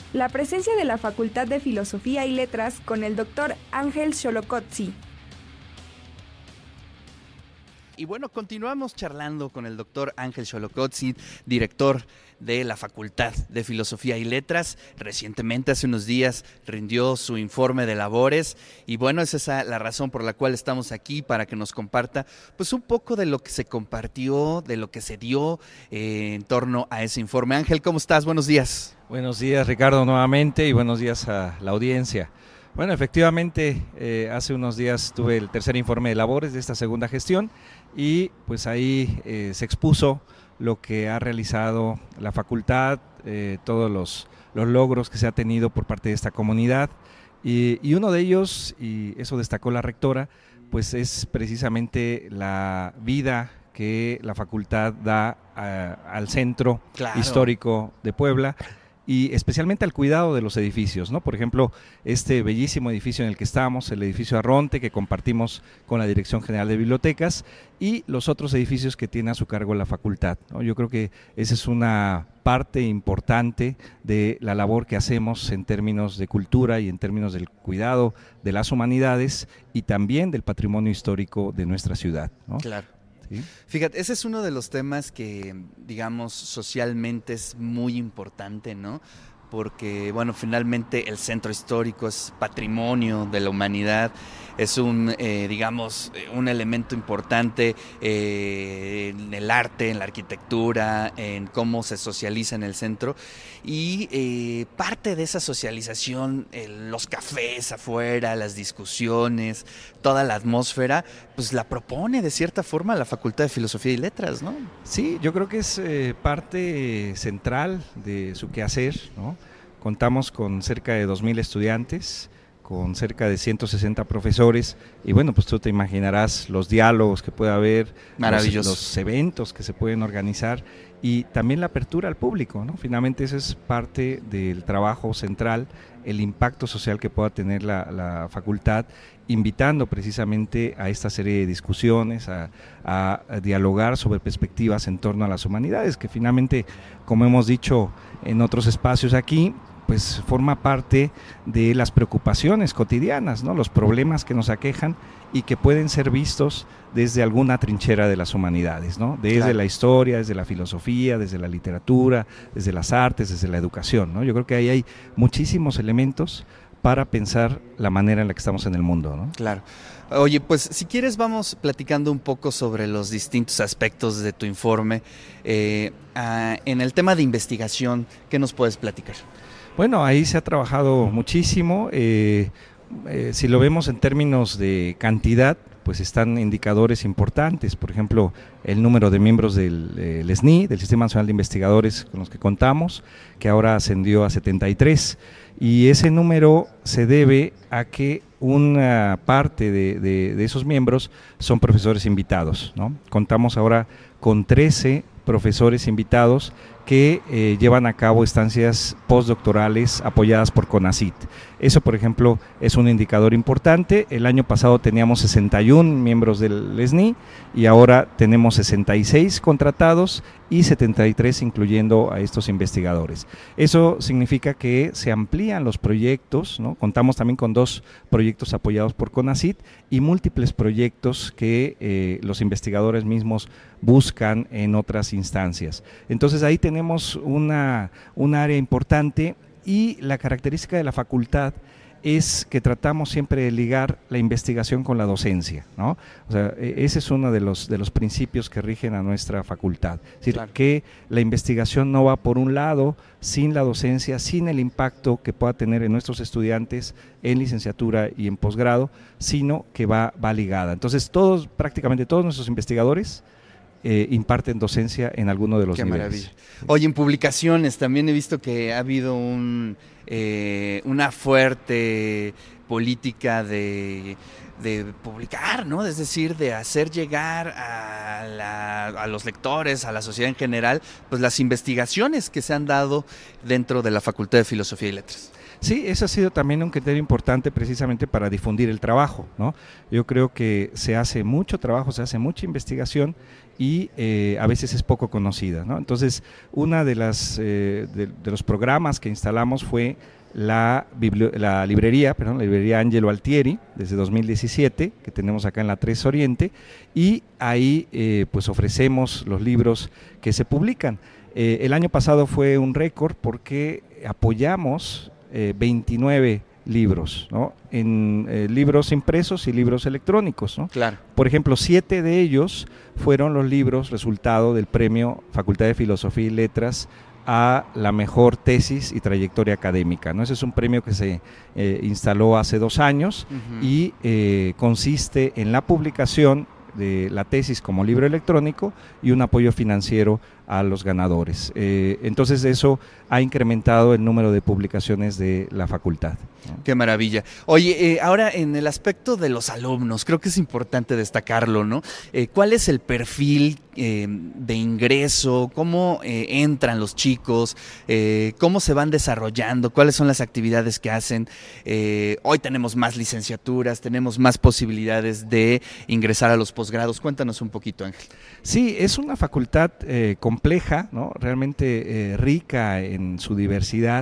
La presencia de la Facultad de Filosofía y Letras con el Dr. Ángel Xolocotzi. Y bueno, continuamos charlando con el doctor Ángel Xolocotzi, director de la Facultad de Filosofía y Letras. Recientemente, hace unos días, rindió su informe de labores y bueno, esa es la razón por la cual estamos aquí, para que nos comparta pues un poco de lo que se compartió, de lo que se dio en torno a ese informe. Ángel, ¿cómo estás? Buenos días. Buenos días, Ricardo, nuevamente, y buenos días a la audiencia. Bueno, efectivamente, hace unos días tuve el tercer informe de labores de esta segunda gestión y pues ahí se expuso lo que ha realizado la facultad, todos los logros que se ha tenido por parte de esta comunidad y uno de ellos, y eso destacó la rectora, pues es precisamente la vida que la facultad da al centro histórico de Puebla, y especialmente al cuidado de los edificios, ¿no? Por ejemplo, este bellísimo edificio en el que estamos, el edificio Arronte, que compartimos con la Dirección General de Bibliotecas, y los otros edificios que tiene a su cargo la facultad, ¿no? Yo creo que esa es una parte importante de la labor que hacemos en términos de cultura y en términos del cuidado de las humanidades y también del patrimonio histórico de nuestra ciudad, ¿no? Claro. ¿Sí? Fíjate, ese es uno de los temas que, digamos, socialmente es muy importante, ¿no? Porque, bueno, finalmente el centro histórico es patrimonio de la humanidad, es un, digamos, un elemento importante en el arte, en la arquitectura, en cómo se socializa en el centro, y parte de esa socialización, los cafés afuera, las discusiones, toda la atmósfera, pues la propone de cierta forma la Facultad de Filosofía y Letras, ¿no? Sí, yo creo que es parte central de su quehacer, ¿no? Contamos con cerca de 2,000 estudiantes, con cerca de 160 profesores, y bueno, pues tú te imaginarás los diálogos que puede haber, los eventos que se pueden organizar, y también la apertura al público, ¿no? Finalmente eso es parte del trabajo central, el impacto social que pueda tener la facultad, invitando precisamente a esta serie de discusiones, a dialogar sobre perspectivas en torno a las humanidades, que finalmente, como hemos dicho en otros espacios aquí, pues forma parte de las preocupaciones cotidianas, ¿no? Los problemas que nos aquejan y que pueden ser vistos desde alguna trinchera de las humanidades, ¿no? Desde la historia, desde la filosofía, desde la literatura, desde las artes, desde la educación, ¿no? Yo creo que ahí hay muchísimos elementos para pensar la manera en la que estamos en el mundo, ¿no? Claro. Oye, pues si quieres vamos platicando un poco sobre los distintos aspectos de tu informe. En el tema de investigación, ¿qué nos puedes platicar? Bueno, ahí se ha trabajado muchísimo. Si lo vemos en términos de cantidad, pues están indicadores importantes, por ejemplo, el número de miembros del SNI, del Sistema Nacional de Investigadores con los que contamos, que ahora ascendió a 73, y ese número se debe a que una parte de esos miembros son profesores invitados, ¿no? Contamos ahora con 13 profesores invitados que llevan a cabo estancias postdoctorales apoyadas por CONACYT. Eso, por ejemplo, es un indicador importante. El año pasado teníamos 61 miembros del SNI y ahora tenemos 66 contratados y 73 incluyendo a estos investigadores. Eso significa que se amplían los proyectos, ¿no? Contamos también con 2 proyectos apoyados por CONACYT y múltiples proyectos que los investigadores mismos buscan en otras instancias. Entonces ahí tenemos un área importante, y la característica de la facultad es que tratamos siempre de ligar la investigación con la docencia, ¿no? O sea, ese es uno de los principios que rigen a nuestra facultad. Es decir, que la investigación no va por un lado sin la docencia, sin el impacto que pueda tener en nuestros estudiantes en licenciatura y en posgrado, sino que va ligada. Entonces, prácticamente todos nuestros investigadores imparten docencia en alguno de los niveles. Qué maravilla. Oye, en publicaciones también he visto que ha habido una fuerte política de publicar, ¿no? Es decir, de hacer llegar a los lectores, a la sociedad en general, pues las investigaciones que se han dado dentro de la Facultad de Filosofía y Letras. Sí, ese ha sido también un criterio importante precisamente para difundir el trabajo, ¿no? Yo creo que se hace mucho trabajo, se hace mucha investigación y a veces es poco conocida, ¿no? Entonces, una de los programas que instalamos fue la librería Angelo Altieri, desde 2017, que tenemos acá en la 3 Oriente, y ahí pues ofrecemos los libros que se publican. El año pasado fue un récord porque apoyamos 29 libros, ¿no? En libros impresos y libros electrónicos, ¿no? Claro. Por ejemplo, 7 de ellos fueron los libros resultado del premio Facultad de Filosofía y Letras a la mejor tesis y trayectoria académica, ¿no? Ese es un premio que se instaló hace 2 años y consiste en la publicación de la tesis como libro electrónico y un apoyo financiero a los ganadores. Entonces eso ha incrementado el número de publicaciones de la facultad, ¿no? Qué maravilla. Oye, ahora en el aspecto de los alumnos, creo que es importante destacarlo, ¿no? ¿Cuál es el perfil de ingreso? ¿Cómo entran los chicos? ¿Cómo se van desarrollando? ¿Cuáles son las actividades que hacen? Hoy tenemos más licenciaturas, tenemos más posibilidades de ingresar a los posgrados. Cuéntanos un poquito, Ángel. Sí, es una facultad compleja, ¿no? Realmente rica en su diversidad,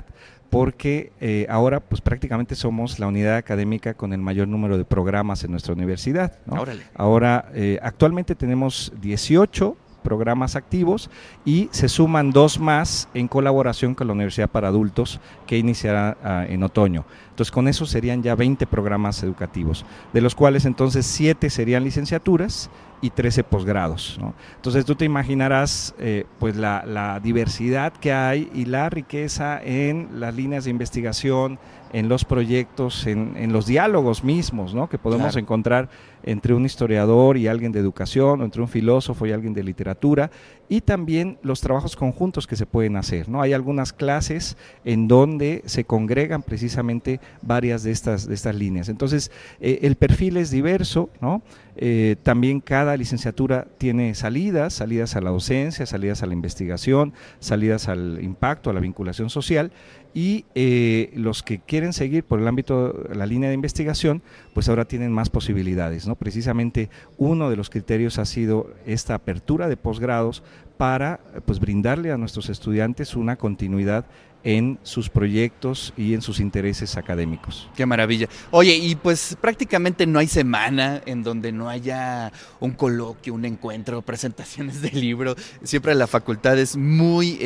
porque ahora pues prácticamente somos la unidad académica con el mayor número de programas en nuestra universidad, ¿no? Órale. Ahora actualmente tenemos 18 programas activos y se suman 2 más en colaboración con la Universidad para Adultos, que iniciará en otoño. Entonces con eso serían ya 20 programas educativos, de los cuales entonces 7 serían licenciaturas y 13 posgrados, ¿no? Entonces tú te imaginarás pues la diversidad que hay y la riqueza en las líneas de investigación, en los proyectos, en los diálogos mismos, ¿no? Que podemos Claro. encontrar entre un historiador y alguien de educación, o entre un filósofo y alguien de literatura, y también los trabajos conjuntos que se pueden hacer, ¿no? Hay algunas clases en donde se congregan precisamente varias de estas líneas. Entonces, el perfil es diverso, ¿no? También cada licenciatura tiene salidas a la docencia, salidas a la investigación, salidas al impacto, a la vinculación social, y los que quieren seguir por el ámbito, la línea de investigación, pues ahora tienen más posibilidades, ¿no? Precisamente uno de los criterios ha sido esta apertura de posgrados para pues brindarle a nuestros estudiantes una continuidad en sus proyectos y en sus intereses académicos. Qué maravilla. Oye, y pues prácticamente no hay semana en donde no haya un coloquio, un encuentro, presentaciones de libro. Siempre la facultad es muy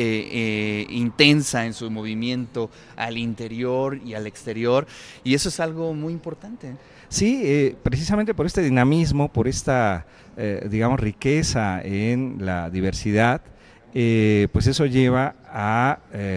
intensa en su movimiento al interior y al exterior, y eso es algo muy importante. Sí, precisamente por este dinamismo, por esta, digamos, riqueza en la diversidad, pues eso lleva a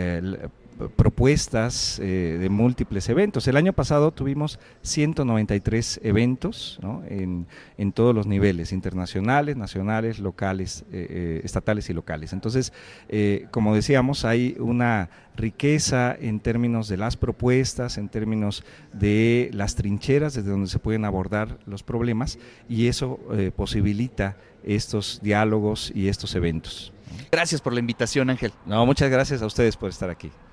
propuestas de múltiples eventos. El año pasado tuvimos 193 eventos, ¿no? en todos los niveles, internacionales, nacionales, locales, estatales y locales. Entonces, como decíamos, hay una riqueza en términos de las propuestas, en términos de las trincheras desde donde se pueden abordar los problemas, y eso posibilita estos diálogos y estos eventos. Gracias por la invitación, Ángel. No, muchas gracias a ustedes por estar aquí.